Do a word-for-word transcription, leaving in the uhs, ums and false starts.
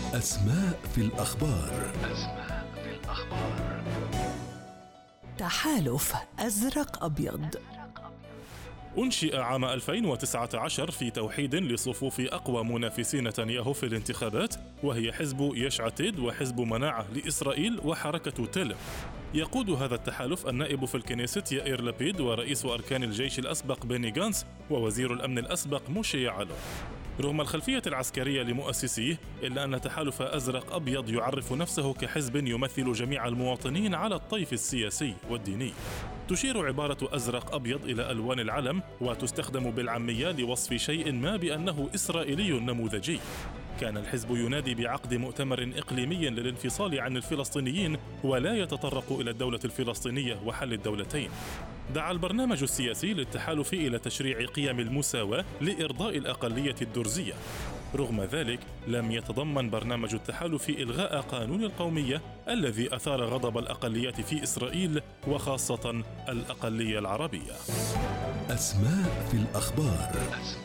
أسماء في الأخبار. أسماء في الأخبار. تحالف أزرق أبيض. أنشئ عام ألفين وتسعة عشر في توحيد لصفوف أقوى منافسي نتنياهو في الانتخابات، وهي حزب يش عتيد وحزب مناعة لإسرائيل وحركة تل. يقود هذا التحالف النائب في الكنيست يائير لبيد ورئيس أركان الجيش الأسبق بيني غانتس ووزير الأمن الأسبق موشي يعلون. رغم الخلفية العسكرية لمؤسسيه، إلا أن تحالف أزرق أبيض يعرف نفسه كحزب يمثل جميع المواطنين على الطيف السياسي والديني. تشير عبارة أزرق أبيض إلى ألوان العلم، وتستخدم بالعامية لوصف شيء ما بأنه إسرائيلي نموذجي. كان الحزب ينادي بعقد مؤتمر إقليمي للانفصال عن الفلسطينيين ولا يتطرق إلى الدولة الفلسطينية وحل الدولتين. دعا البرنامج السياسي للتحالف إلى تشريع قيم المساواة لإرضاء الأقلية الدرزية. رغم ذلك، لم يتضمن برنامج التحالف إلغاء قانون القومية الذي أثار غضب الأقليات في إسرائيل وخاصة الأقلية العربية. أسماء في الأخبار.